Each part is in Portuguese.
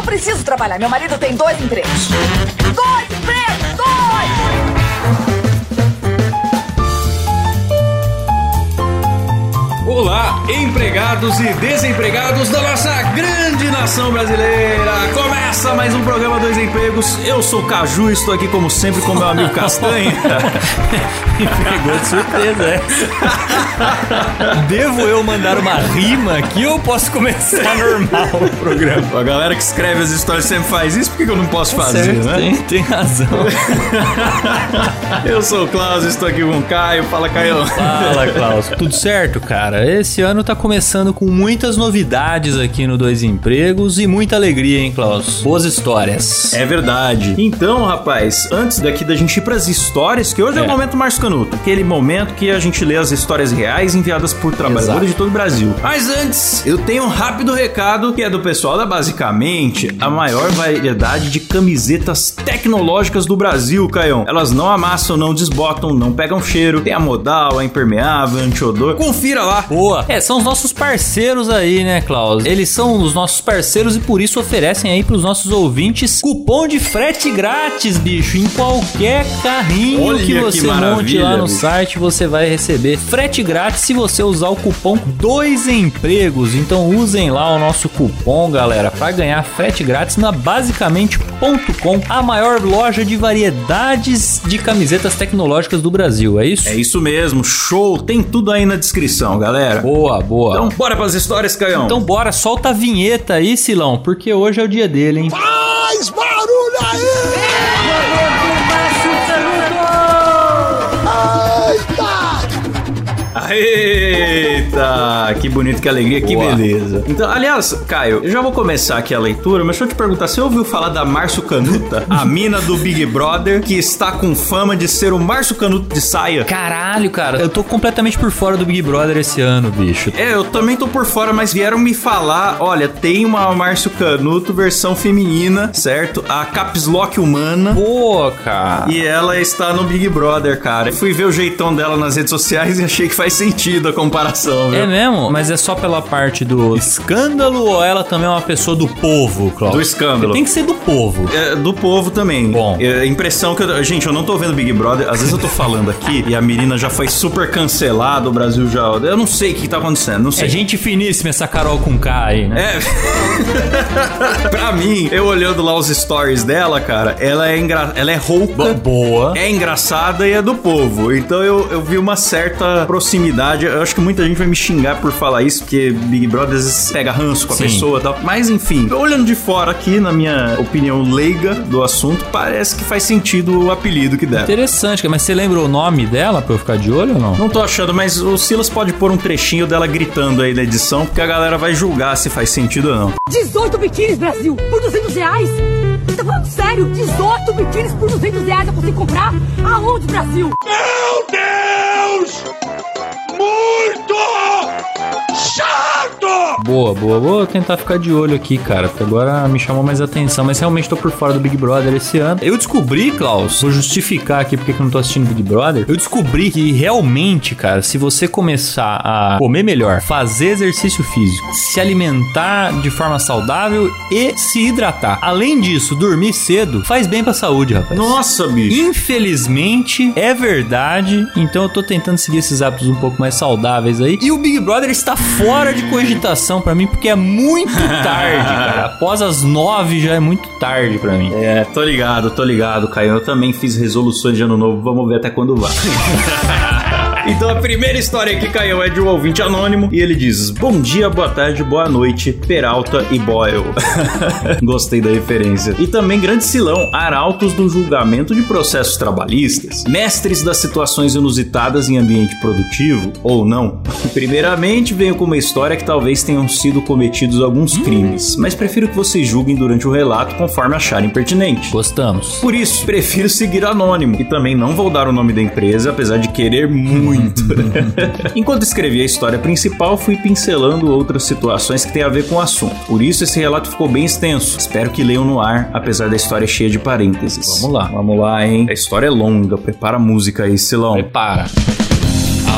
preciso trabalhar. Meu marido tem 2 empregos. 2 empregos! 2! Olá, empregados e desempregados da nossa grande nação brasileira! Começa mais um programa Dois Empregos. Eu sou o Caju e estou aqui como sempre com meu amigo Castanha. Me pegou de surpresa, Devo eu mandar uma rima aqui ou posso começar normal o programa? A galera que escreve as histórias sempre faz isso, por que eu não posso fazer, certo, né? Tem razão. Eu sou o Klaus, estou aqui com o Caio. Fala, Caio. Fala, Klaus. Tudo certo, cara? Esse ano tá começando com muitas novidades aqui no Dois Empregos e muita alegria, hein, Klaus? Boas histórias. É verdade. Então, rapaz, antes daqui da gente ir pras histórias, que hoje é o momento Márcio Canuto, aquele momento que a gente lê as histórias reais enviadas por trabalhadores de todo o Brasil. Mas antes, eu tenho um rápido recado que é do pessoal da Basicamente, a maior variedade de camisetas tecnológicas do Brasil, Caião. Elas não amassam, não desbotam, não pegam cheiro, tem a modal, a impermeável, anti-odor. Confira lá. Boa. São os nossos parceiros aí, né, Klaus? Eles são os nossos parceiros e por isso oferecem aí pros nossos ouvintes cupom de frete grátis, bicho. Em qualquer carrinho que você monte lá no site, você vai receber frete grátis se você usar o cupom Dois Empregos. Então usem lá o nosso cupom, galera, pra ganhar frete grátis na Basicamente.com, a maior loja de variedades de camisetas tecnológicas do Brasil, é isso? É isso mesmo, show! Tem tudo aí na descrição, galera. Boa, boa. Então bora pras histórias, Caião. Então bora, solta a vinheta aí, Silão, porque hoje é o dia dele, hein? Faz barulho aí! Eita, que bonito, que alegria, que beleza. Então, aliás, Caio, eu já vou começar aqui a leitura, mas deixa eu te perguntar, você ouviu falar da Márcio Canuta, a mina do Big Brother, que está com fama de ser o Márcio Canuto de saia? Caralho, cara, eu tô completamente por fora do Big Brother esse ano, bicho. Eu também tô por fora, mas vieram me falar, olha, tem uma Márcio Canuto versão feminina, certo? A Caps Lock humana. Pô, cara. E ela está no Big Brother, cara. Eu fui ver o jeitão dela nas redes sociais e achei que faz sentido a comparação, viu? É mesmo? Mas é só pela parte do escândalo ou ela também é uma pessoa do povo, Klaus? Do escândalo. Tem que ser do povo. É, do povo também. Bom. A impressão que eu... Gente, eu não tô vendo Big Brother. Às vezes eu tô falando aqui e a menina já foi super cancelada, o Brasil já... Eu não sei o que tá acontecendo, não sei. É gente finíssima essa Carol com K aí, né? Pra mim, eu olhando lá os stories dela, cara, ela é rouca. Boa. É engraçada e é do povo. Então eu vi uma certa proximidade. Eu acho que muita gente vai me xingar por falar isso, porque Big Brother às vezes pega ranço com a pessoa e tal. Mas enfim, olhando de fora aqui, na minha opinião leiga do assunto, parece que faz sentido o apelido que deram. Interessante, mas você lembra o nome dela pra eu ficar de olho ou não? Não tô achando, mas o Silas pode pôr um trechinho dela gritando aí na edição, porque a galera vai julgar se faz sentido ou não. 18 biquínis, Brasil, por R$200? Você tá falando sério? 18 biquínis por R$200 eu consigo comprar? Aonde, Brasil? Meu Deus! Muito chato! Boa. Vou tentar ficar de olho aqui, cara, porque agora me chamou mais atenção, mas realmente tô por fora do Big Brother esse ano. Eu descobri, Klaus, vou justificar aqui porque eu não tô assistindo Big Brother, eu descobri que realmente, cara, se você começar a comer melhor, fazer exercício físico, se alimentar de forma saudável e se hidratar, além disso, dormir cedo, faz bem pra saúde, rapaz. Nossa, bicho. Infelizmente, é verdade, então eu tô tentando seguir esses hábitos um pouco mais saudáveis aí. E o Big Brother está fora de cogitação pra mim, porque é muito tarde, cara. Após as 9 já é muito tarde pra mim. Tô ligado, Caio. Eu também fiz resoluções de ano novo. Vamos ver até quando vai. Então a primeira história aqui, Caio, é de um ouvinte anônimo e ele diz: bom dia, boa tarde, boa noite, Peralta e Boyle. Gostei da referência. E também grande Silão, arautos do julgamento de processos trabalhistas, mestres das situações inusitadas em ambiente produtivo, ou não. Primeiramente, venho com uma história que talvez tenham sido cometidos alguns crimes, mas prefiro que vocês julguem durante o relato conforme acharem pertinente. Gostamos. Por isso, prefiro seguir anônimo, e também não vou dar o nome da empresa, apesar de querer muito. Enquanto escrevi a história principal, fui pincelando outras situações que têm a ver com o assunto. Por isso, esse relato ficou bem extenso. Espero que leiam no ar, apesar da história cheia de parênteses. Vamos lá, hein? A história é longa, prepara a música aí, Silão. Prepara.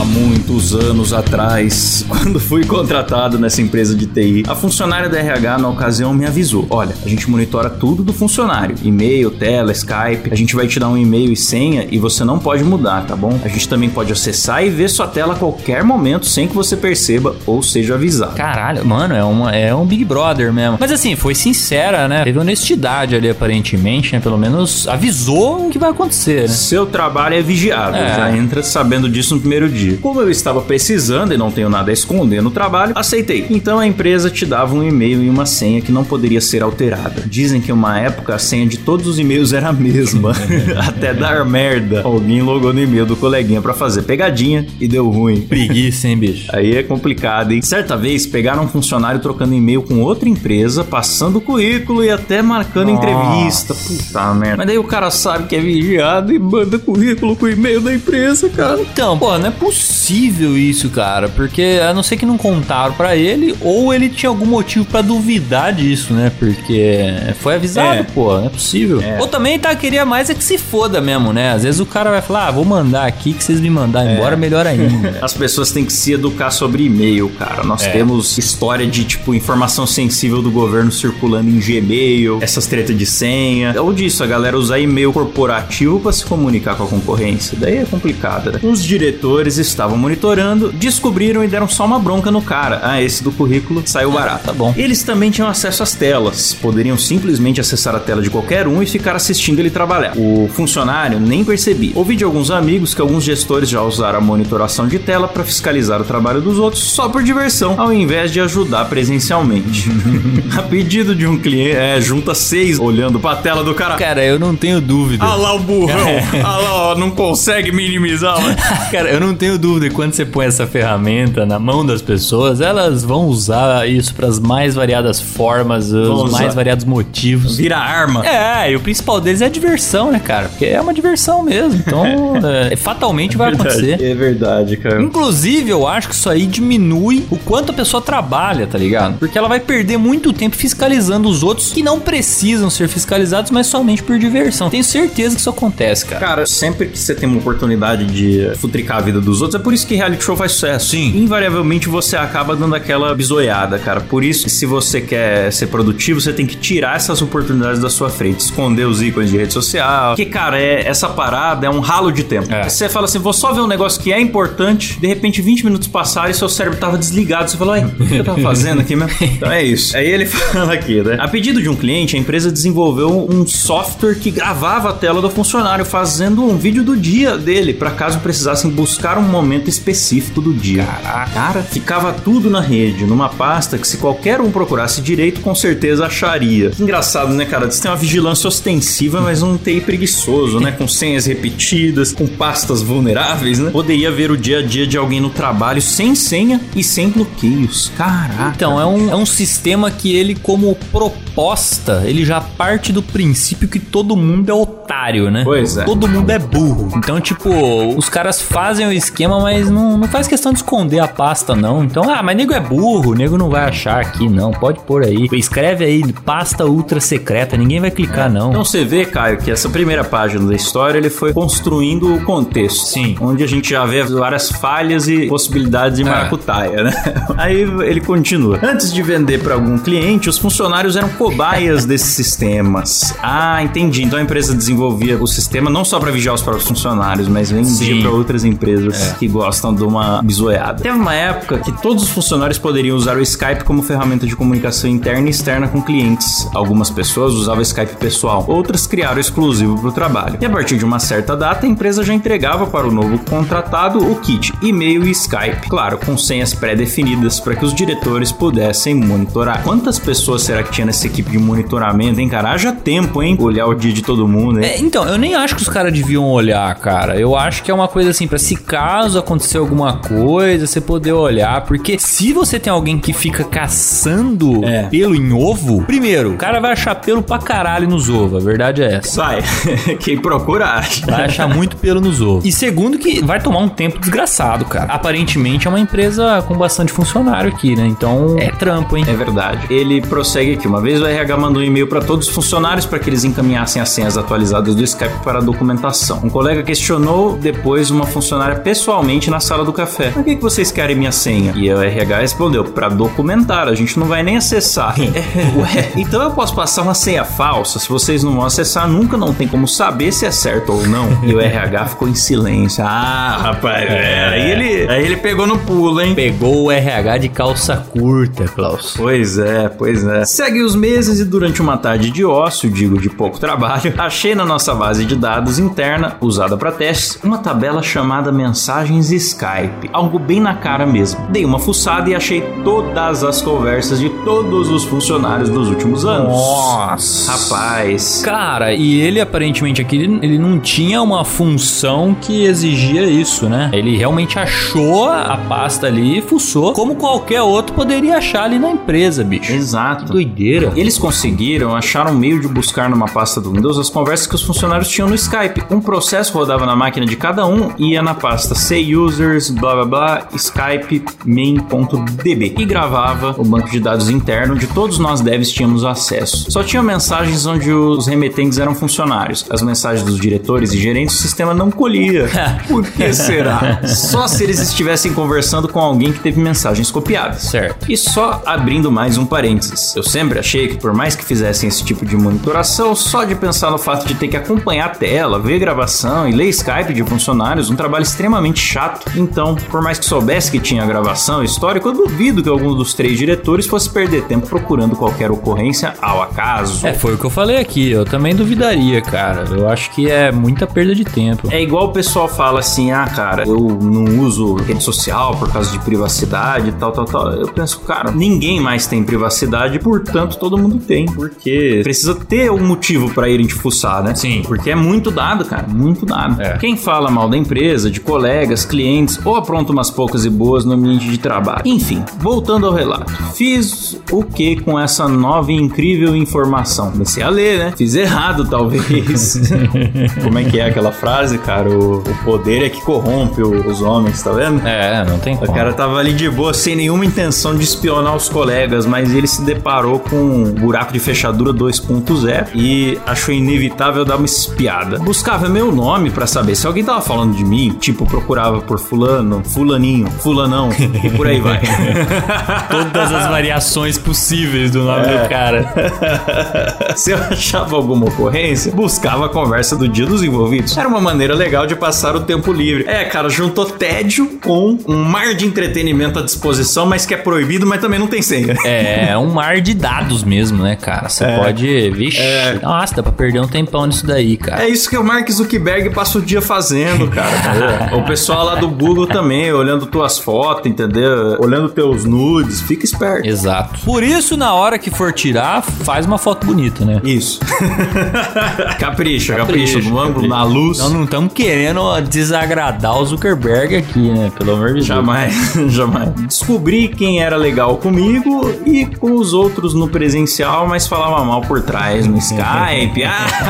Há muitos anos atrás, quando fui contratado nessa empresa de TI, a funcionária da RH na ocasião me avisou: olha, a gente monitora tudo do funcionário, e-mail, tela, Skype, a gente vai te dar um e-mail e senha e você não pode mudar, tá bom? A gente também pode acessar e ver sua tela a qualquer momento sem que você perceba ou seja avisado. Caralho, mano, é um Big Brother mesmo. Mas assim, foi sincera, né? Teve honestidade ali aparentemente, né? Pelo menos avisou o que vai acontecer, né? Seu trabalho é vigiado, já entra sabendo disso no primeiro dia. Como eu estava precisando e não tenho nada a esconder no trabalho, aceitei. Então a empresa te dava um e-mail e uma senha que não poderia ser alterada. Dizem que uma época a senha de todos os e-mails era a mesma. Até dar merda. Alguém logou no e-mail do coleguinha pra fazer pegadinha e deu ruim. Preguiça, hein, bicho? Aí é complicado, hein? Certa vez pegaram um funcionário trocando e-mail com outra empresa, passando o currículo e até marcando entrevista. Puta merda. Mas daí o cara sabe que é vigiado e manda currículo com o e-mail da empresa, cara. Então, pô, não é possível isso, cara, porque a não ser que não contaram pra ele, ou ele tinha algum motivo pra duvidar disso, né? Porque foi avisado, pô, não é possível. Ou também queria mais que se foda mesmo, né? Às vezes o cara vai falar, vou mandar aqui que vocês me mandarem embora, melhor ainda. As pessoas têm que se educar sobre e-mail, cara. Nós temos história de, tipo, informação sensível do governo circulando em Gmail, essas tretas de senha. Ou disso, a galera usar e-mail corporativo pra se comunicar com a concorrência. Daí é complicado, né? Os diretores estavam monitorando, descobriram e deram só uma bronca no cara. Esse do currículo saiu barato. Tá bom. Eles também tinham acesso às telas. Poderiam simplesmente acessar a tela de qualquer um e ficar assistindo ele trabalhar. O funcionário nem percebia. Ouvi de alguns amigos que alguns gestores já usaram a monitoração de tela para fiscalizar o trabalho dos outros só por diversão, ao invés de ajudar presencialmente. A pedido de um cliente, junta 6 olhando pra tela do cara. Cara, eu não tenho dúvida. Ah lá o burrão. Ah lá, ó, não consegue minimizar. Cara, eu não tenho dúvida que quando você põe essa ferramenta na mão das pessoas, elas vão usar isso pras mais variadas formas, os mais variados motivos. Vira arma. E o principal deles é a diversão, né, cara? Porque é uma diversão mesmo. Então, fatalmente vai acontecer. É verdade, cara. Inclusive, eu acho que isso aí diminui o quanto a pessoa trabalha, tá ligado? Porque ela vai perder muito tempo fiscalizando os outros que não precisam ser fiscalizados, mas somente por diversão. Tenho certeza que isso acontece, cara. Cara, sempre que você tem uma oportunidade de futricar a vida dos outros, é por isso que reality show faz sucesso. Sim. Invariavelmente você acaba dando aquela bisoiada, cara. Por isso, se você quer ser produtivo, você tem que tirar essas oportunidades da sua frente, esconder os ícones de rede social. Porque, cara, essa parada é um ralo de tempo. Você fala assim, vou só ver um negócio que é importante, de repente 20 minutos passaram e seu cérebro tava desligado. Você fala, o que eu tava fazendo aqui mesmo? Então é isso. Aí ele fala aqui, né? A pedido de um cliente, a empresa desenvolveu um software que gravava a tela do funcionário, fazendo um vídeo do dia dele, pra caso precisassem buscar um momento específico do dia. Caraca. Cara, ficava tudo na rede, numa pasta que se qualquer um procurasse direito, com certeza acharia. Que engraçado, né, cara? Você tem uma vigilância ostensiva, mas um TI preguiçoso, né? Com senhas repetidas, com pastas vulneráveis, né? Poderia ver o dia a dia de alguém no trabalho sem senha e sem bloqueios. Caraca. Então, é um sistema que ele, como proposta, ele já parte do princípio que todo mundo é otário, né? Pois é. Todo mundo é burro. Então, tipo, os caras fazem o esquema, mas não faz questão de esconder a pasta, não. Então, mas nego é burro, nego não vai achar aqui, não. Pode pôr aí. Escreve aí, pasta ultra secreta, ninguém vai clicar, não. Então você vê, Caio, que essa primeira página da história, ele foi construindo o contexto. Sim. Onde a gente já vê várias falhas e possibilidades de maracutaia, né? Aí ele continua. Antes de vender para algum cliente, os funcionários eram cobaias desses sistemas. Entendi. Então a empresa desenvolvia o sistema não só para vigiar os próprios funcionários, mas vendia para outras empresas que gostam de uma bisoiada. Teve uma época que todos os funcionários poderiam usar o Skype como ferramenta de comunicação interna e externa com clientes. Algumas pessoas usavam o Skype pessoal, outras criaram exclusivo para o trabalho. E a partir de uma certa data, a empresa já entregava para o novo contratado o kit e-mail e Skype, claro, com senhas pré-definidas para que os diretores pudessem monitorar. Quantas pessoas será que tinha nessa equipe de monitoramento, hein, cara? Haja tempo, hein? Olhar o dia de todo mundo, hein? Então, eu nem acho que os caras deviam olhar, cara. Eu acho que é uma coisa assim, pra se caso acontecer alguma coisa, você poder olhar, porque se você tem alguém que fica caçando pelo em ovo, primeiro, o cara vai achar pelo pra caralho nos ovos, a verdade é essa. Vai, quem procura acha. Vai achar muito pelo nos ovos. E segundo que vai tomar um tempo desgraçado, cara. Aparentemente é uma empresa com bastante funcionário aqui, né? Então é trampo, hein? É verdade. Ele prossegue aqui. Uma vez o RH mandou um e-mail para todos os funcionários para que eles encaminhassem as senhas atualizadas personalizadas do Skype para a documentação. Um colega questionou depois uma funcionária pessoalmente na sala do café. Por que vocês querem minha senha? E o RH respondeu, para documentar, a gente não vai nem acessar. Ué, então eu posso passar uma senha falsa? Se vocês não vão acessar nunca, não tem como saber se é certo ou não. E o RH ficou em silêncio. Ah, rapaz, aí ele pegou no pulo, hein? Pegou o RH de calça curta, Klaus. Pois é. Segue os meses e durante uma tarde de ócio, digo de pouco trabalho, achei na nossa base de dados interna, usada para testes, uma tabela chamada Mensagens Skype. Algo bem na cara mesmo. Dei uma fuçada e achei todas as conversas de todos os funcionários dos últimos anos. Nossa. Rapaz. Cara, e ele aparentemente aqui, ele não tinha uma função que exigia isso, né? Ele realmente achou a pasta ali e fuçou, como qualquer outro poderia achar ali na empresa, bicho. Exato. Que doideira. Eles conseguiram achar um meio de buscar numa pasta do Windows as conversas que os funcionários tinham no Skype. Um processo rodava na máquina de cada um e ia na pasta users, blá blá blá, Skype main.db e gravava o banco de dados interno de todos nós devs tínhamos acesso. Só tinha mensagens onde os remetentes eram funcionários. As mensagens dos diretores e gerentes o sistema não colhia. Por que será? Só se eles estivessem conversando com alguém que teve mensagens copiadas. Certo. E só abrindo mais um parênteses. Eu sempre achei que por mais que fizessem esse tipo de monitoração, só de pensar no fato de ter que acompanhar a tela, ver gravação e ler Skype de funcionários, um trabalho extremamente chato. Então, por mais que soubesse que tinha gravação e histórico, eu duvido que algum dos 3 diretores fosse perder tempo procurando qualquer ocorrência ao acaso. Foi o que eu falei aqui, eu também duvidaria, cara. Eu acho que é muita perda de tempo. É igual o pessoal fala assim, cara, eu não uso rede social por causa de privacidade e tal. Eu penso, cara, ninguém mais tem privacidade, portanto todo mundo tem, porque precisa ter um motivo pra irem te fuçar, né? Sim. Porque é muito dado, cara, muito dado. Quem fala mal da empresa, de colegas, clientes, ou apronta umas poucas e boas no ambiente de trabalho. Enfim, voltando ao relato. Fiz o que com essa nova e incrível informação? Comecei a ler, né? Fiz errado, talvez. Como é que é aquela frase, cara? O poder é que corrompe os homens, tá vendo? Não tem como. O cara tava ali de boa, sem nenhuma intenção de espionar os colegas, mas ele se deparou com um buraco de fechadura 2.0 e achou inevitável dar uma espiada. Buscava meu nome pra saber se alguém tava falando de mim, tipo, procurava por fulano, fulaninho, fulanão e por aí vai. Todas as variações possíveis do nome do cara. Se eu achava alguma ocorrência, buscava a conversa do dia dos envolvidos. Era uma maneira legal de passar o tempo livre. Cara, juntou tédio com um mar de entretenimento à disposição, mas que é proibido, mas também não tem senha. É um mar de dados mesmo, né, cara? Você pode... Vixe, nossa, dá pra perder um tempão nisso daí, cara. É isso que o Mark Zuckerberg passa o dia fazendo, cara. O pessoal lá do Google também, olhando tuas fotos, entendeu? Olhando teus nudes, fica esperto. Exato. Por isso, na hora que for tirar, faz uma foto bonita, né? Isso. Capricha no ângulo, na luz. Nós não estamos querendo desagradar o Zuckerberg aqui, né? Pelo amor de Deus. Jamais. Descobri quem era legal comigo e com os outros no presencial, mas falava mal por trás no Skype.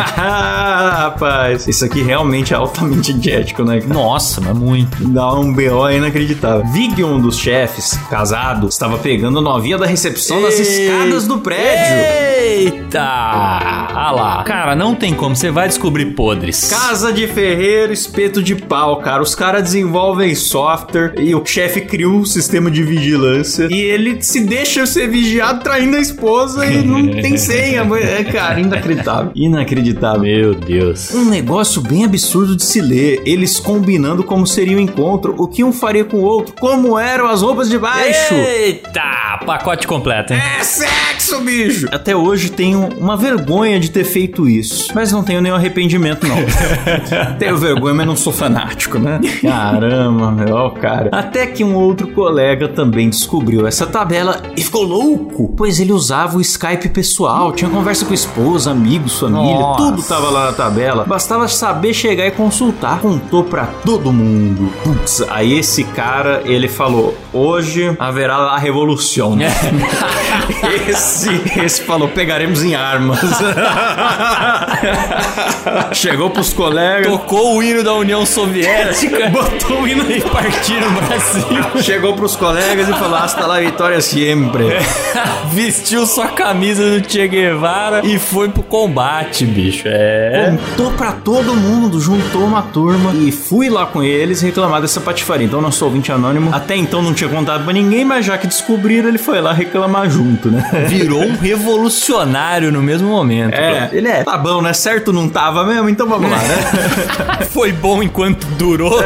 Rapaz. Isso aqui realmente é altamente ético, né, cara? Nossa, mas muito. Dá um BO inacreditável. Vi que um dos chefes, casado, estava pegando a novinha da recepção nas escadas do prédio. Eita! Ah lá. Cara, não tem como. Você vai descobrir podres. Casa de ferreiro, espeto de pau, cara. Os caras desenvolvem software e o chefe criou um sistema de vigilância e ele se deixa ser vigiado traindo a esposa e não tem senha. Cara, inacreditável. Meu Deus. Um negócio bem absurdo de se ler. Eles combinando como seria o encontro, o que um faria com o outro, como eram as roupas de baixo. Eita! Pacote completo, hein? É sexo, bicho! Até hoje tenho uma vergonha de ter feito isso, mas não tenho nenhum arrependimento, não. Tenho vergonha, mas não sou fanático, né? Caramba, meu, cara. Até que um outro colega também descobriu essa tabela e ficou louco, pois ele usava o Skype pessoal, tinha conversa com a esposa, amigos, família, Nossa. Tudo tava lá na tabela. Bastava saber chegar e consultar. Contou pra todo mundo. Putz, aí esse cara, ele falou, hoje haverá a revolução. Esse falou, pegaremos em armas. Chegou pros colegas, tocou o hino da União Soviética, botou o hino e partiu no Brasil. Chegou pros colegas e falou, hasta la vitória sempre. Vestiu sua camisa do Che Guevara e foi pro combate, bicho. Contou pra todo mundo, juntou uma turma e fui lá com eles reclamar dessa patifaria. Então, nosso ouvinte anônimo até então não tinha contado pra ninguém, mas já que descobriram, ele foi lá reclamar junto, né? Virou um revolucionário no mesmo momento. Ele tá bom, né? Certo não tava mesmo, então vamos lá, né? Foi bom enquanto durou.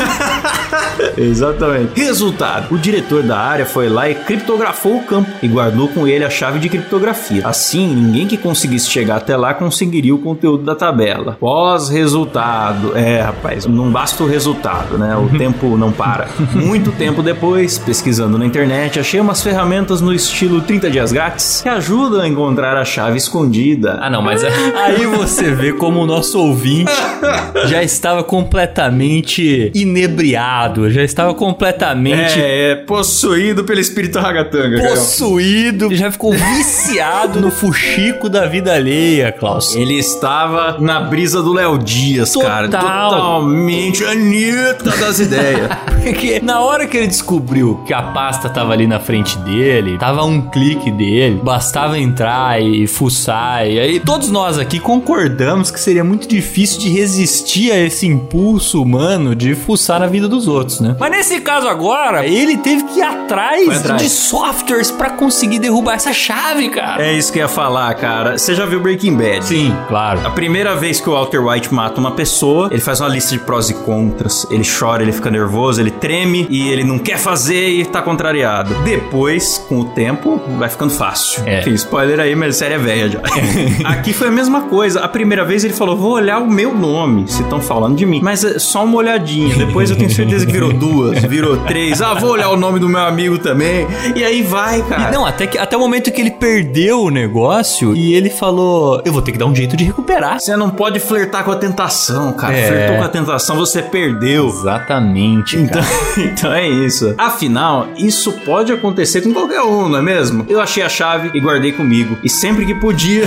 Exatamente. Resultado: o diretor da área foi lá e criptografou o campo e guardou com ele a chave de criptografia. Assim, ninguém que conseguisse chegar até lá conseguiria o conteúdo da tabela. Pós-resultado. Rapaz, não basta o resultado, né? O tempo não para. Muito tempo depois, pesquisando na internet, achei umas ferramentas no estilo 30 dias grátis que ajudam a encontrar a chave escondida. Ah, não, mas aí você vê como o nosso ouvinte já estava completamente inebriado, já estava completamente... possuído pelo espírito ragatanga. Possuído, já ficou viciado no fuxico da vida alheia, Klaus. Ele estava na brisa do Léo Dias, cara. Totalmente Anitta das ideias. Porque na hora que ele descobriu que a pasta tava ali na frente dele, tava um clique dele, bastava entrar e fuçar, e aí todos nós aqui concordamos que seria muito difícil de resistir a esse impulso humano de fuçar na vida dos outros, né? Mas nesse caso agora, ele teve que ir atrás de softwares pra conseguir derrubar essa chave, cara. É isso que eu ia falar, cara. Você já viu Breaking Bad? Sim, claro. A primeira vez que o Walter White mata uma pessoa, ele faz uma lista de prós e contras, ele chora, ele fica nervoso, ele treme e ele não quer fazer e tá contrariado. Depois, com o tempo, vai ficando fácil. Enfim, spoiler aí, mas a série é velha já. Aqui foi a mesma coisa. A primeira vez ele falou, vou olhar o meu nome, se estão falando de mim. Mas é só uma olhadinha. Depois eu tenho certeza que virou 2, virou 3. Vou olhar o nome do meu amigo também. E aí vai, cara. E não, até o momento que ele perdeu o negócio e ele falou, eu vou ter que dar um jeito de recuperar. Você não pode flertar com a tentação, cara. Flertou com a tentação, você perdeu. Exatamente, cara. Então é isso. Afinal, isso pode acontecer com qualquer um, não é mesmo? Eu achei a chave e guardei comigo. E sempre que podia,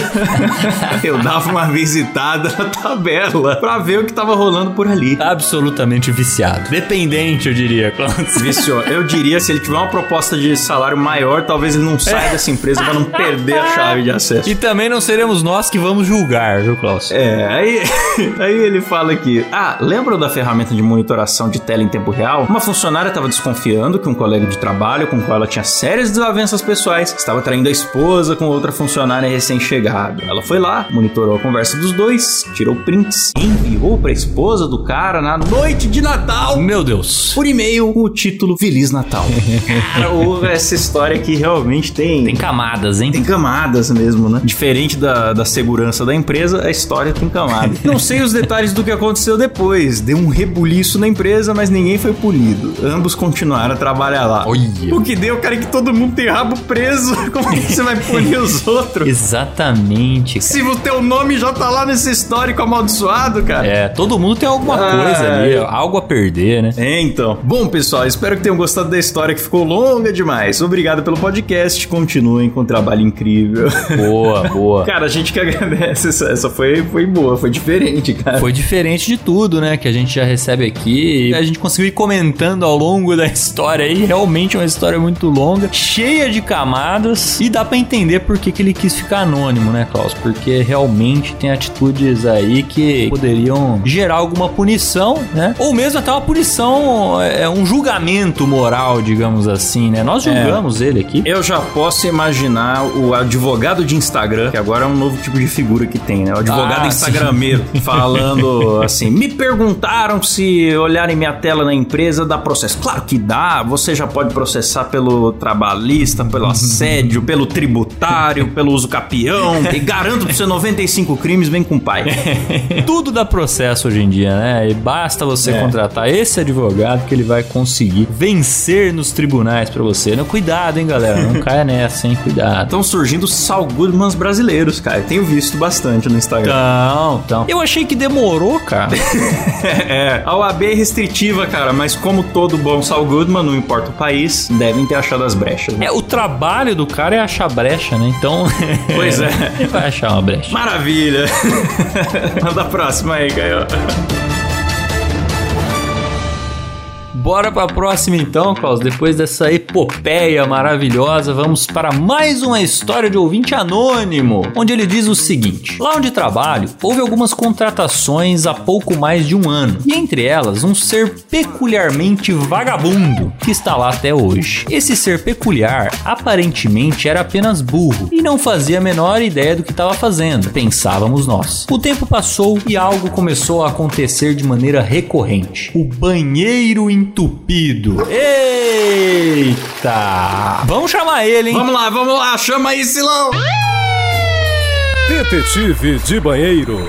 eu dava uma visitada na tabela pra ver o que tava rolando por ali. Absolutamente viciado. Dependente, eu diria, Klaus. Viciou. Eu diria, se ele tiver uma proposta de salário maior, talvez ele não saia dessa empresa pra não perder a chave de acesso. E também não seremos nós que vamos julgar, viu, Klaus? Aí ele fala aqui, lembram da ferramenta de monitoração de tela em tempo real? Uma funcionária estava desconfiando que um colega de trabalho com qual ela tinha sérias desavenças pessoais estava traindo a esposa com outra funcionária recém-chegada. Ela foi lá, monitorou a conversa dos dois, tirou prints e enviou pra esposa do cara na noite de Natal. Meu Deus. Por e-mail com o título Feliz Natal. Cara, essa história aqui realmente tem camadas, hein? Tem camadas mesmo, né? Diferente da segurança da empresa, a história tem camadas. Não sei os detalhes do que aconteceu depois. Deu um rebuliço na empresa, mas ninguém foi punido. Ambos continuaram a trabalhar lá. Olha. O que deu, cara, é que todo mundo tem rabo preso. Como é que você vai punir os outros? Exatamente, cara. Se o teu nome já tá lá nesse histórico amaldiçoado, cara. Todo mundo tem alguma coisa ali, algo a perder, né? Então. Bom, pessoal, espero que tenham gostado da história, que ficou longa demais. Obrigado pelo podcast. Continuem com um trabalho incrível. Boa. Cara, a gente que agradece. Essa foi boa, foi diferente, cara. Foi diferente de tudo, né? Que a gente já recebe aqui. A gente conseguiu ir comentando ao longo da história aí. Realmente uma história muito longa, cheia de camadas. E dá pra entender por que ele quis ficar anônimo, né, Klaus? Porque realmente tem atitudes aí que poderiam gerar alguma punição, né? Ou mesmo até uma punição, um julgamento moral, digamos assim, né? Nós julgamos ele aqui. Eu já posso imaginar o advogado de Instagram, que agora é um novo tipo de figura que tem, né? O advogado instagrameiro, falando assim, me perguntaram se olharem minha tela na empresa dá processo. Claro que dá, você já pode processar pelo trabalhista, pelo assédio, pelo tributário, pelo uso capião, e garanto pra você 95 crimes, vem com o pai. Tudo dá processo hoje em dia, né? E basta você contratar esse advogado que ele vai conseguir vencer nos tribunais pra você. Não, cuidado, hein, galera? Não caia nessa, hein? Cuidado. Estão surgindo Saul Goodmans brasileiros, cara. Eu tenho visto bastante no Instagram. Então. Eu achei que demorou, cara. A OAB é restritiva, cara, mas como todo bom Saul Goodman, não importa o país, devem ter achado as brechas. Né? O trabalho do cara é achar brecha, né? Então... Pois é. Ele vai achar uma brecha. Maravilha. Manda a próxima aí, Caio. Bora pra próxima então, Klaus. Depois dessa epopeia maravilhosa, vamos para mais uma história de ouvinte anônimo, onde ele diz o seguinte: lá onde trabalho, houve algumas contratações há pouco mais de um ano, e entre elas um ser peculiarmente vagabundo, que está lá até hoje. Esse ser peculiar aparentemente era apenas burro e não fazia a menor ideia do que estava fazendo, pensávamos nós. O tempo passou e algo começou a acontecer de maneira recorrente: o banheiro entupido. Eita! Vamos chamar ele, hein? Vamos lá, chama aí, Silão! Detetive de banheiro.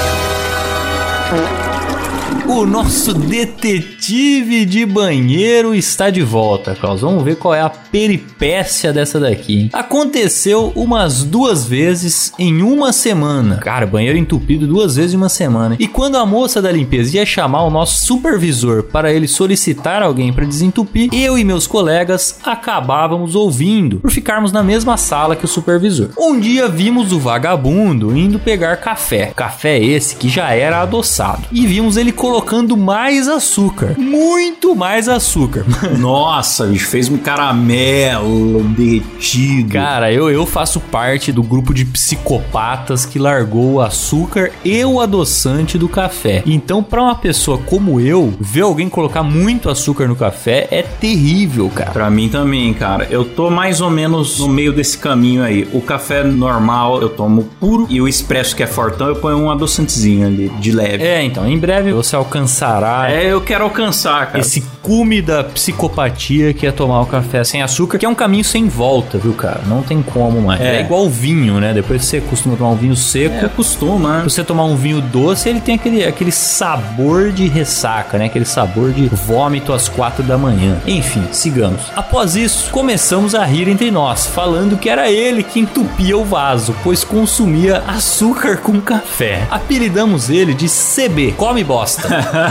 O nosso detetive de banheiro está de volta, Klaus. Vamos ver qual é a peripécia dessa daqui, hein? Aconteceu umas 2 vezes em uma semana. Cara, banheiro entupido 2 vezes em uma semana. E quando a moça da limpeza ia chamar o nosso supervisor para ele solicitar alguém para desentupir, eu e meus colegas acabávamos ouvindo, por ficarmos na mesma sala que o supervisor. Um dia vimos o vagabundo indo pegar café. Café esse que já era adoçado. E vimos ele colocando mais açúcar. Muito mais açúcar. Nossa, bicho, fez um caramelo derretido. Cara, eu faço parte do grupo de psicopatas que largou o açúcar e o adoçante do café. Então, pra uma pessoa como eu, ver alguém colocar muito açúcar no café é terrível, cara. Pra mim também, cara. Eu tô mais ou menos no meio desse caminho aí. O café normal eu tomo puro e o expresso que é fortão eu ponho um adoçantezinho ali, de leve. Então, em breve você alcançará... eu quero alcançar, cara. Esse cume da psicopatia que é tomar o café sem açúcar, que é um caminho sem volta, viu, cara? Não tem como mais. É igual o vinho, né? Depois que você costuma tomar um vinho seco... costuma, né? Você tomar um vinho doce, ele tem aquele sabor de ressaca, né? Aquele sabor de vômito às 4 da manhã. Enfim, sigamos. Após isso, começamos a rir entre nós, falando que era ele que entupia o vaso, pois consumia açúcar com café. Apelidamos ele de CB, come bosta.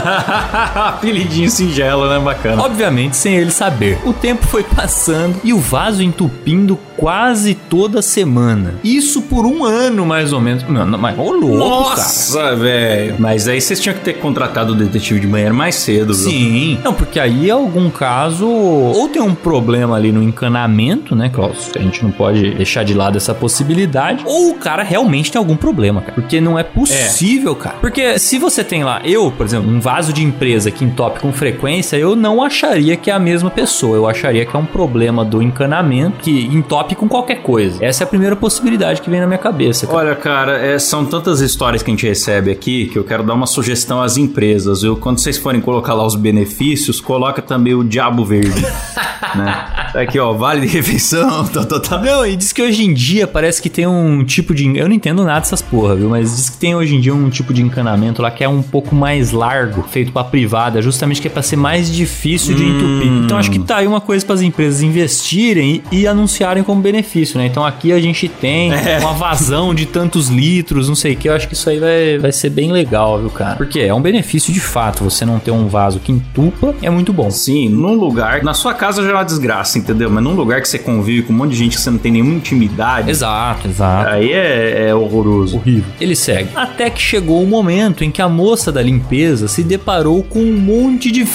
Apelidinho singelo, né? Bacana. Obviamente sem ele saber. O tempo foi passando e o vaso entupindo quase toda semana. Isso por 1 ano, mais ou menos. Mano, mas ô louco, nossa, velho. Mas aí vocês tinham que ter contratado o detetive de banheiro mais cedo, viu? Sim. Não, porque aí, em algum caso, ou tem um problema ali no encanamento, né, Klaus? A gente não pode deixar de lado essa possibilidade. Ou o cara realmente tem algum problema, cara. Porque não é possível, cara. Porque se você tem lá, por exemplo, um vaso de empresa que entope com frequência, eu não acharia que é a mesma pessoa. Eu acharia que é um problema do encanamento que entope com qualquer coisa. Essa é a primeira possibilidade que vem na minha cabeça, cara. Olha, cara, são tantas histórias que a gente recebe aqui que eu quero dar uma sugestão às empresas, viu? Quando vocês forem colocar lá os benefícios, coloca também o diabo verde, né? Aqui, ó, vale de refeição, tá. Não, e diz que hoje em dia parece que tem um tipo de... Eu não entendo nada dessas porra, viu? Mas diz que tem hoje em dia um tipo de encanamento lá que é um pouco mais largo, feito pra privada, justamente que é pra ser mais difícil de entupir. Então acho que tá aí uma coisa pras empresas investirem e anunciarem como benefício, né? Então aqui a gente tem uma vazão de tantos litros, não sei o que. Eu acho que isso aí vai ser bem legal, viu, cara? Porque é um benefício de fato. Você não ter um vaso que entupa é muito bom. Sim, num lugar... Na sua casa já é uma desgraça, entendeu? Mas num lugar que você convive com um monte de gente que você não tem nenhuma intimidade... Exato. Aí é horroroso. Horrível. Ele segue. Até que chegou o momento em que a moça da limpeza se deparou com um monte de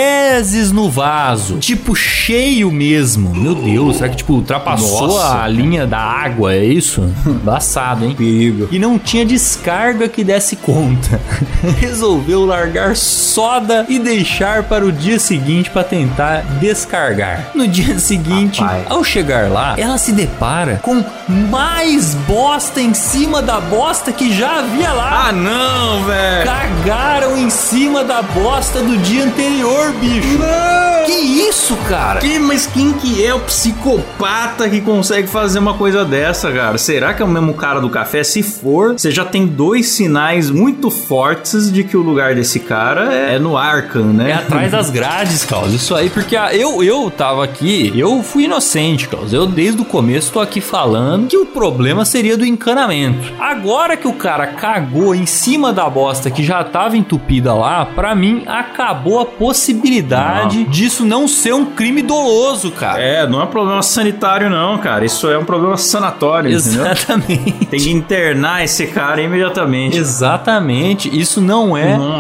fezes no vaso. Tipo, cheio mesmo. Meu Deus, será que, tipo, ultrapassou a linha da água? É isso? Embaçado, hein? Perigo. E não tinha descarga que desse conta. Resolveu largar soda e deixar para o dia seguinte para tentar descargar. No dia seguinte, ao chegar lá, ela se depara com mais bosta em cima da bosta que já havia lá. Ah, não, velho. Cagaram em cima da bosta do dia anterior, bicho. Não. Que isso, cara? Mas quem que é o psicopata que consegue fazer uma coisa dessa, cara? Será que é o mesmo cara do café? Se for, você já tem 2 sinais muito fortes de que o lugar desse cara é no Arkham, né? É atrás das grades, Klaus. Isso aí, porque eu eu tava aqui, eu fui inocente, Klaus. Eu desde o começo tô aqui falando que o problema seria do encanamento. Agora que o cara cagou em cima da bosta que já tava entupida lá, pra mim acabou a possibilidade disso não ser um crime doloso, cara. Não é um problema sanitário não, cara. Isso é um problema sanatório, Exatamente. Entendeu? Tem que internar esse cara imediatamente. Exatamente. Isso não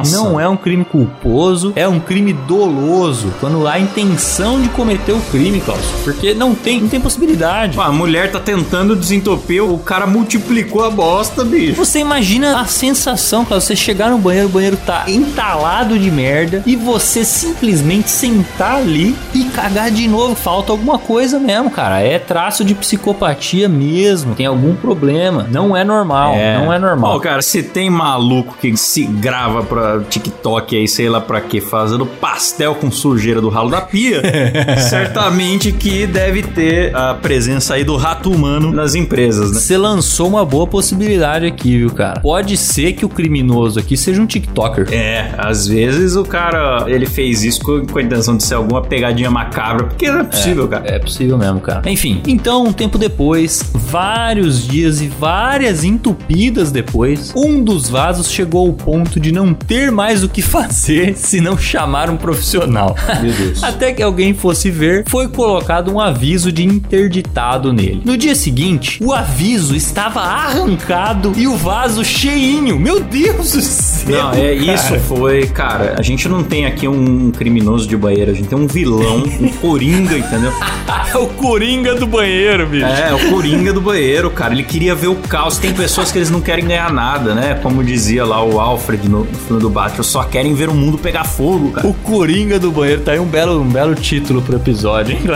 é um crime culposo, é um crime doloso. Quando há intenção de cometer o crime, Klaus. Porque não tem possibilidade. A mulher tá tentando desentupir, o cara multiplicou a bosta, bicho. Você imagina a sensação, Klaus, você chegar no banheiro, o banheiro tá entalado de merda e você simplesmente sentar ali e cagar de novo. Falta alguma coisa mesmo, cara. É traço de psicopatia mesmo. Tem algum problema. Não é normal. Não é normal. Pô, cara, se tem maluco que se grava pra TikTok aí, sei lá pra quê, fazendo pastel com sujeira do ralo da pia, certamente que deve ter a presença aí do rato humano nas empresas, né? Você lançou uma boa possibilidade aqui, viu, cara? Pode ser que o criminoso aqui seja um TikToker. Às vezes o cara, ele fez isso com a intenção de ser alguma pegadinha macabra, porque não é possível, cara. É possível mesmo, cara. Enfim, então, um tempo depois, vários dias e várias entupidas depois, um dos vasos chegou ao ponto de não ter mais o que fazer se não chamar um profissional. Meu Deus. Até que alguém fosse ver, foi colocado um aviso de interditado nele. No dia seguinte, o aviso estava arrancado e o vaso cheinho. Meu Deus do céu! Não, isso foi, cara, a gente não tem aqui um criminoso de banheiro, a gente tem um vilão, um coringa, entendeu? É o coringa do banheiro, bicho. É o coringa do banheiro, cara. Ele queria ver o caos. Tem pessoas que eles não querem ganhar nada, né? Como dizia lá o Alfred no filme do Batman, só querem ver o mundo pegar fogo, cara. O coringa do banheiro, tá aí um belo título pro episódio, hein?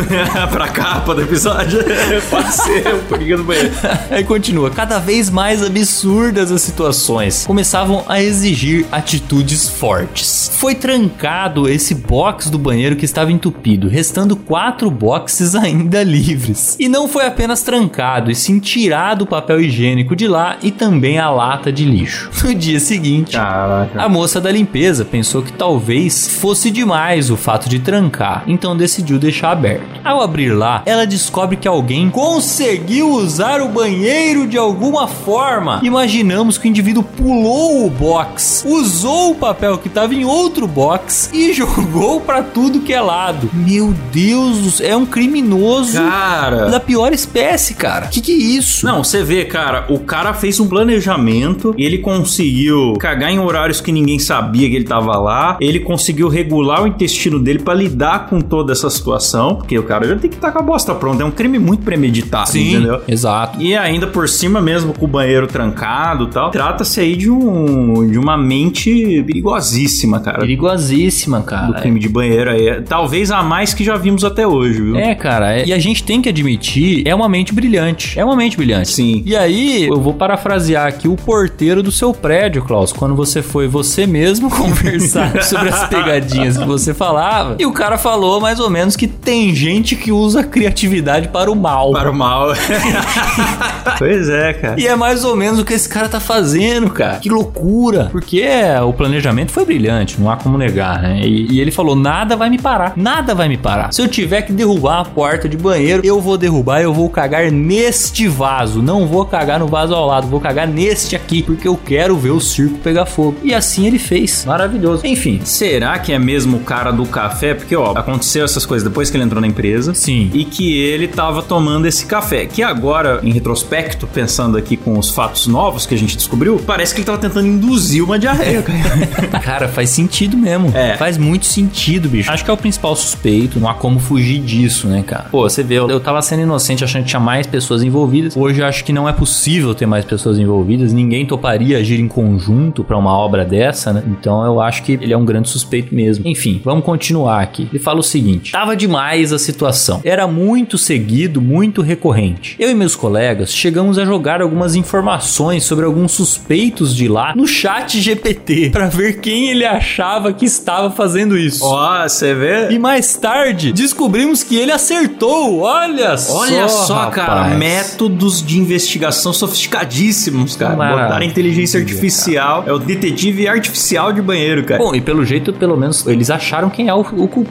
Pra capa do episódio. Pode ser o coringa do banheiro. Aí continua. Cada vez mais absurdas as situações começavam a exigir atitudes fortes. Foi trancado esse box do banheiro que estava entupido, restando 4 boxes ainda livres. E não foi apenas trancado, e sim tirado o papel higiênico de lá e também a lata de lixo. No dia seguinte, a moça da limpeza pensou que talvez fosse demais o fato de trancar, então decidiu deixar aberto. Ao abrir lá, ela descobre que alguém conseguiu usar o banheiro de alguma forma. Imaginamos que o indivíduo pulou o box, usou o papel que estava em outro box e jogou pra tudo que é lado. Meu Deus, é um criminoso, cara, da pior espécie, cara. Que é isso? Não, você vê, cara, o cara fez um planejamento, ele conseguiu cagar em horários que ninguém sabia que ele tava lá, ele conseguiu regular o intestino dele pra lidar com toda essa situação, porque o cara já tem que estar com a bosta pronta. É um crime muito premeditado, sim, entendeu? Exato. E ainda por cima mesmo com o banheiro trancado e tal, trata-se aí de uma mente perigosíssima, cara. Perigosíssima, cara. Do crime de banheiro aí. Talvez a mais que já vimos até hoje, viu? Cara. E a gente tem que admitir, é uma mente brilhante. É uma mente brilhante. Sim. E aí, eu vou parafrasear aqui o porteiro do seu prédio, Klaus, quando você foi você mesmo conversar sobre as pegadinhas que você falava, e o cara falou mais ou menos que tem gente que usa a criatividade para o mal. Para o mal. Pois é, cara. E é mais ou menos o que esse cara tá fazendo, cara. Que loucura. Porque o planejamento foi brilhante, não há como negar, né? E ele falou, nada vai me parar. Nada vai me parar. Se eu tiver que derrubar a porta de banheiro, eu vou derrubar, eu vou cagar neste vaso. Não vou cagar no vaso ao lado, vou cagar neste aqui, porque eu quero ver o circo pegar fogo. E assim ele fez. Maravilhoso. Enfim. Será que é mesmo o cara do café? Porque, ó, aconteceu essas coisas depois que ele entrou na empresa. Sim. E que ele tava tomando esse café. Que agora, em retrospecto, pensando aqui com os fatos novos que a gente descobriu, parece que ele tava tentando induzir uma diarreia, cara. Cara, faz sentido mesmo. Faz muito sentido, bicho. Acho que é o principal suspeito. Não há como fugir disso, né, cara? Pô, você vê, eu tava sendo inocente achando que tinha mais pessoas envolvidas. Hoje eu acho que não é possível ter mais pessoas envolvidas. Ninguém toparia agir em conjunto pra uma obra dessa, né? Então eu acho que ele é um grande suspeito mesmo. Enfim, vamos continuar aqui. Ele fala o seguinte: tava demais a situação. Era muito seguido, muito recorrente. Eu e meus colegas chegamos a jogar algumas informações sobre alguns suspeitos de lá no chat GPT pra ver quem ele achava que estava fazendo isso. Ó, você vê? E mais tarde descobrimos que ele acertou. Olha só, cara, métodos de investigação sofisticadíssimos, cara. Botaram inteligência artificial, é o detetive artificial de banheiro, cara. Bom, e pelo jeito, pelo menos, eles acharam quem é o culpado, né?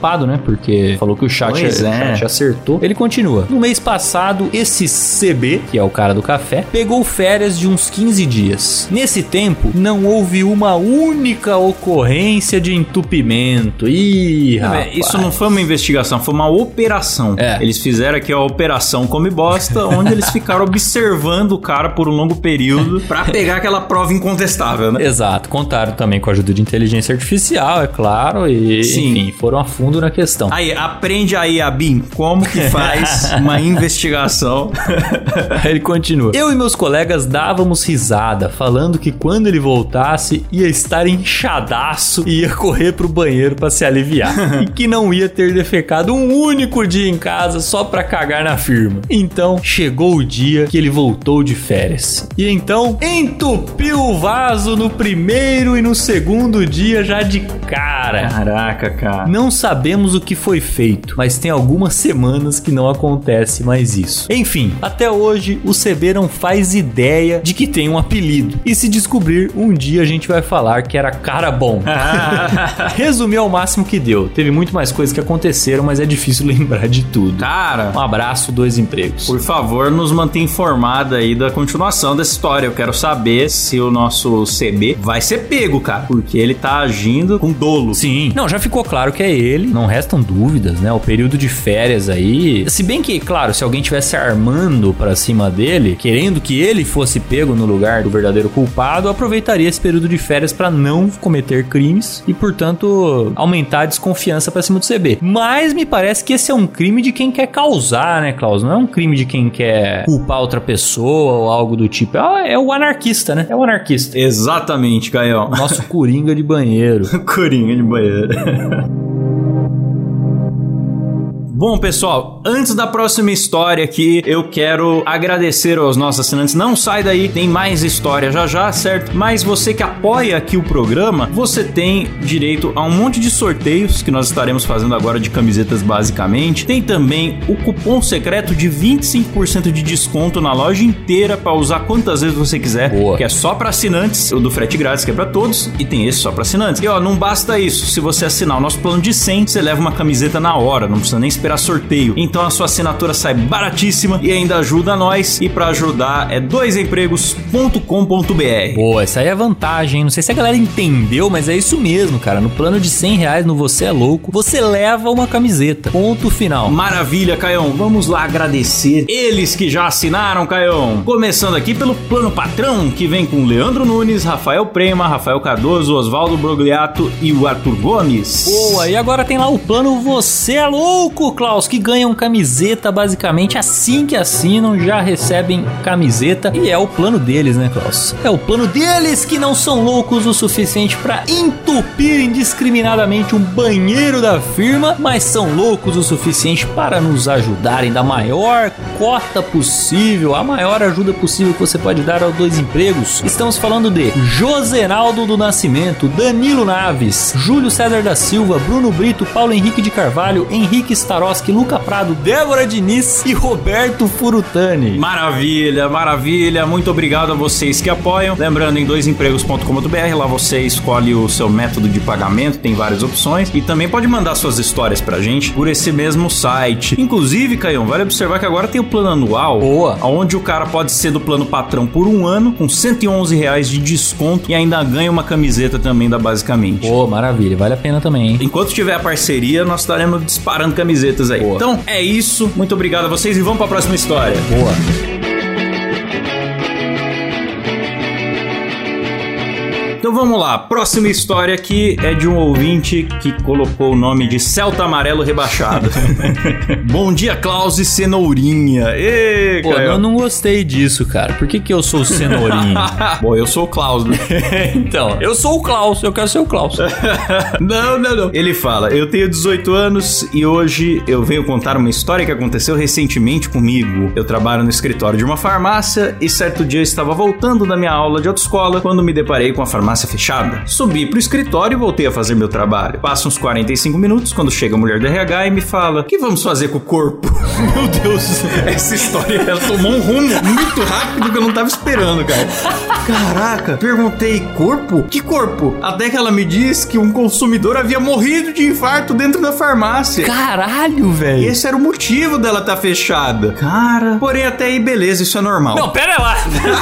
Porque falou que o chat acertou. Ele continua. No mês passado, esse CB, que é o cara do café, pegou férias de uns 15 dias. Nesse tempo, não houve uma única ocorrência de entupimento. Ih, rapaz. Isso não foi uma investigação, foi uma operação. Eles fizeram aqui a operação Come Bosta, onde eles ficaram observando o cara por um longo período pra pegar aquela prova incontestável, né? Exato. Contaram também com a ajuda de inteligência artificial, é claro, e enfim, foram a fundo na questão. Aí, aprende aí, Abim, como que faz uma investigação. Aí ele continua. Eu e meus colegas dávamos risada, falando que quando ele voltasse, ia estar inchadaço e ia correr pro banheiro pra se aliviar. E que não ia ter defecado um único dia em casa só pra cagar na firma. Então, chegou o dia que ele voltou de férias. E então, entupiu o vaso no primeiro e no segundo dia já de cara. Caraca, cara. Não sabemos o que foi feito, mas tem algumas semanas que não acontece mais isso. Enfim, até hoje o CB não faz ideia de que tem um apelido. E se descobrir, um dia a gente vai falar que era cara bom. Resumir ao máximo que deu. Teve muito mais coisas que aconteceram, mas é difícil lembrar de tudo. Cara, um abraço, 2 empregos. Por favor, nos mantenha informado aí da continuação dessa história. Eu quero saber se o nosso CB vai ser pego, cara, porque ele tá agindo com dolo. Sim. Não, já ficou claro que é ele. Não restam dúvidas, né? O período de férias aí. Se bem que, claro, se alguém tivesse armando pra cima dele, querendo que ele fosse pego no lugar do verdadeiro culpado, aproveitaria esse período de férias pra não cometer crimes e, portanto, aumentar a desconfiança pra cima do CB. Mas me parece que esse é um crime de quem quer causar, né, Klaus? Não é um crime de quem quer culpar outra pessoa ou algo do tipo. É o anarquista, né? É o anarquista. Exatamente, Caião. Nosso coringa de banheiro. Coringa de banheiro. Bom, pessoal, antes da próxima história aqui, eu quero agradecer aos nossos assinantes. Não sai daí, tem mais história já, certo? Mas você que apoia aqui o programa, você tem direito a um monte de sorteios que nós estaremos fazendo agora de camisetas, basicamente. Tem também o cupom secreto de 25% de desconto na loja inteira para usar quantas vezes você quiser. Boa. Que é só para assinantes, o do frete grátis que é para todos, e tem esse só para assinantes. E ó, não basta isso, se você assinar o nosso plano de 100, você leva uma camiseta na hora, não precisa nem esperar sorteio. Então a sua assinatura sai baratíssima e ainda ajuda nós. E pra ajudar é 2empregos.com.br. Boa, essa aí é a vantagem. Não sei se a galera entendeu, mas é isso mesmo, cara. No plano de R$100 no Você é Louco, você leva uma camiseta. Ponto final. Maravilha, Caião. Vamos lá agradecer eles que já assinaram, Caião. Começando aqui pelo plano patrão, que vem com Leandro Nunes, Rafael Prema, Rafael Cardoso, Oswaldo Brogliato e o Arthur Gomes. Boa, e agora tem lá o plano Você é Louco, Klaus, que ganham camiseta basicamente assim que assinam, já recebem camiseta. E é o plano deles, né, Klaus? É o plano deles que não são loucos o suficiente pra entupir indiscriminadamente um banheiro da firma, mas são loucos o suficiente para nos ajudarem da maior cota possível, a maior ajuda possível que você pode dar aos 2 empregos. Estamos falando de Josenaldo do Nascimento, Danilo Naves, Júlio César da Silva, Bruno Brito, Paulo Henrique de Carvalho, Henrique Staroski, Luca Prado, Débora Diniz e Roberto Furutani. Maravilha, maravilha. Muito obrigado a vocês que apoiam. Lembrando, em 2empregos.com.br, lá você escolhe o seu método de pagamento, tem várias opções. E também pode mandar suas histórias pra gente por esse mesmo site. Inclusive, Caião, vale observar que agora tem o plano anual. Boa. Onde o cara pode ser do plano patrão por 1 ano, com R$111 de desconto e ainda ganha uma camiseta também da Basicamente. Pô, maravilha. Vale a pena também, hein? Enquanto tiver a parceria, nós estaremos disparando camisetas aí. Boa. Então, é isso. Muito obrigado a vocês e vamos pra próxima história. Boa. Então vamos lá, próxima história aqui é de um ouvinte que colocou o nome de Celta Amarelo Rebaixado. Bom dia, Klaus e Cenourinha. Ê, pô, eu não gostei disso, cara. Por que eu sou o Cenourinha? Bom, eu sou o Klaus, né? Então, eu sou o Klaus, eu quero ser o Klaus. Não. Ele fala, eu tenho 18 anos e hoje eu venho contar uma história que aconteceu recentemente comigo. Eu trabalho no escritório de uma farmácia e certo dia eu estava voltando da minha aula de autoescola quando me deparei com a farmácia farmácia fechada. Subi pro escritório e voltei a fazer meu trabalho. Passa uns 45 minutos quando chega a mulher do RH e me fala: o que vamos fazer com o corpo? Meu Deus, essa história ela tomou um rumo muito rápido que eu não tava esperando, cara. Caraca, perguntei: corpo? Que corpo? Até que ela me disse que um consumidor havia morrido de infarto dentro da farmácia. Caralho, velho. Esse era o motivo dela estar fechada. Cara, porém até aí beleza, isso é normal. Não, pera lá.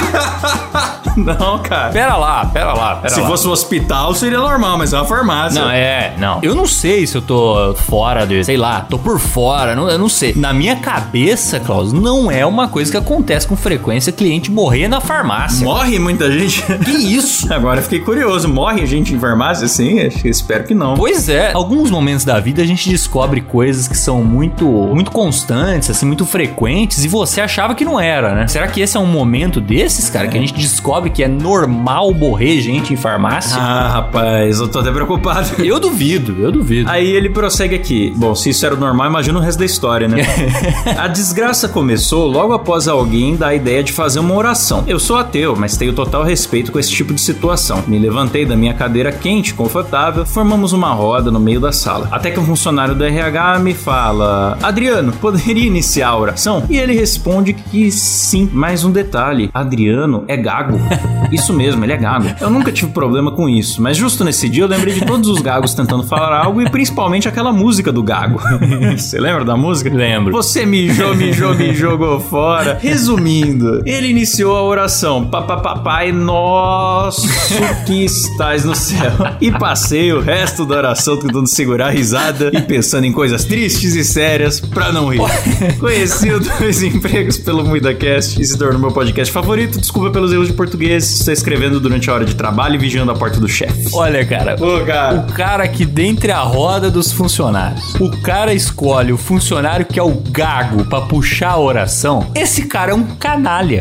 Não, cara. Pera lá. Se fosse um hospital seria normal, mas é uma farmácia. Não. Eu não sei se eu tô fora de, sei lá, tô por fora, eu não sei. Na minha cabeça, Klaus, não é uma coisa que acontece com frequência cliente morrer na farmácia. Morre muita gente? Que isso? Agora eu fiquei curioso. Morre gente em farmácia? Sim, espero que não. Pois é. Alguns momentos da vida a gente descobre coisas que são muito constantes, assim, muito frequentes, e você achava que não era, né? Será que esse é um momento desses, cara, que a gente descobre que é normal morrer gente em farmácia? Ah, rapaz, eu tô até preocupado. Eu duvido. Aí ele prossegue aqui. Bom, se isso era o normal, imagina o resto da história, né? A desgraça começou logo após alguém dar a ideia de fazer uma oração. Eu sou ateu, mas tenho total respeito com esse tipo de situação. Me levantei da minha cadeira quente, confortável, formamos uma roda no meio da sala. Até que um funcionário do RH me fala: Adriano, poderia iniciar a oração? E ele responde que sim. Mais um detalhe: Adriano é gago. Isso mesmo, ele é gago. Eu nunca tive problema com isso, mas justo nesse dia eu lembrei de todos os gagos tentando falar algo e principalmente aquela música do gago. Você lembra da música? Lembro. Você me jogou fora. Resumindo, ele iniciou a oração: Papai nosso que estás no céu. E passei o resto da oração tentando segurar a risada e pensando em coisas tristes e sérias pra não rir. Conheci o Dois Empregos pelo MuidaCast e se tornou meu podcast favorito. Desculpa pelos erros de português. Estou escrevendo durante a hora de trabalho e vigiando a porta do chefe. Olha, cara, o cara que dentre a roda dos funcionários, o cara escolhe o funcionário que é o gago pra puxar a oração. Esse cara é um canalha.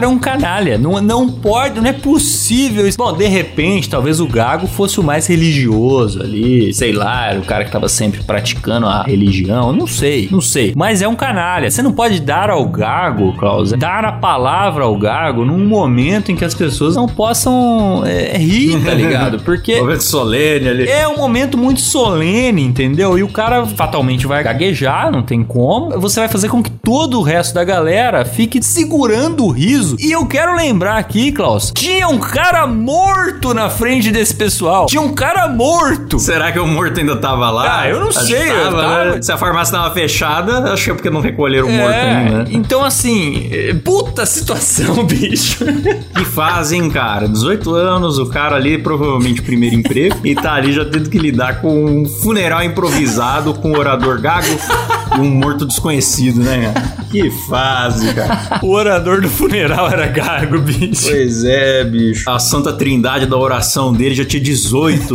Não pode, não é possível isso. Bom, de repente, talvez o gago fosse o mais religioso ali, sei lá, era o cara que tava sempre praticando a religião, não sei. Mas é um canalha. Você não pode dar ao gago, Klaus, dar a palavra ao gago num momento em que as pessoas não possam rir, tá ligado? Porque momento solene ali. É um momento muito solene, entendeu? E o cara fatalmente vai gaguejar, não tem como. Você vai fazer com que todo o resto da galera fique segurando o riso. E eu quero lembrar aqui, Klaus, tinha um cara morto na frente desse pessoal. Tinha um cara morto. Será que o morto ainda tava lá? Ah, eu não sei. Né? Se a farmácia tava fechada, acho que é porque não recolheram o morto ainda, né? Então, assim, puta situação, bicho. Que fazem, cara? 18 anos, o cara ali, provavelmente primeiro emprego, e tá ali já tendo que lidar com um funeral improvisado, com um orador gago e um morto desconhecido, né, cara? Que fase, cara. O orador do funeral era gago, bicho. Pois é, bicho. A santa trindade da oração dele já tinha 18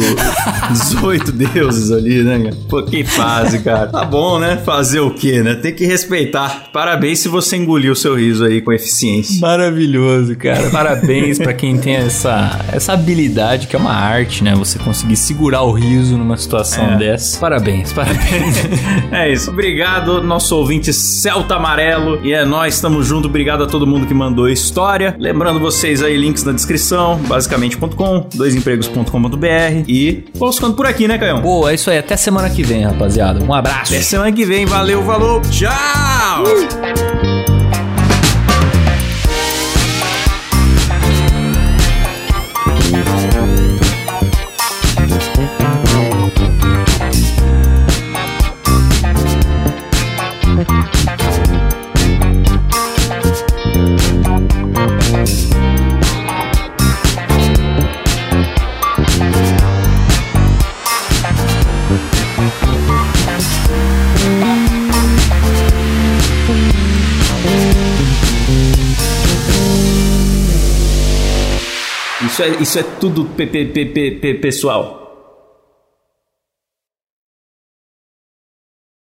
deuses ali, né, cara? Pô, que fase, cara. Tá bom, né? Fazer o quê, né? Tem que respeitar. Parabéns se você engoliu o seu riso aí com eficiência. Maravilhoso, cara. Parabéns pra quem tem essa habilidade, que é uma arte, né? Você conseguir segurar o riso numa situação dessa. Parabéns. É isso. Obrigado, nosso ouvinte Celta Amarelo. E é nóis, tamo junto. Obrigado a todo mundo que mandou história. Lembrando vocês aí, links na descrição, basicamente.com, doisempregos.com.br. E vamos ficando por aqui, né, Caião? Boa, é isso aí. Até semana que vem, rapaziada. Um abraço. Até semana que vem. Valeu, falou. Tchau! Isso é tudo pessoal.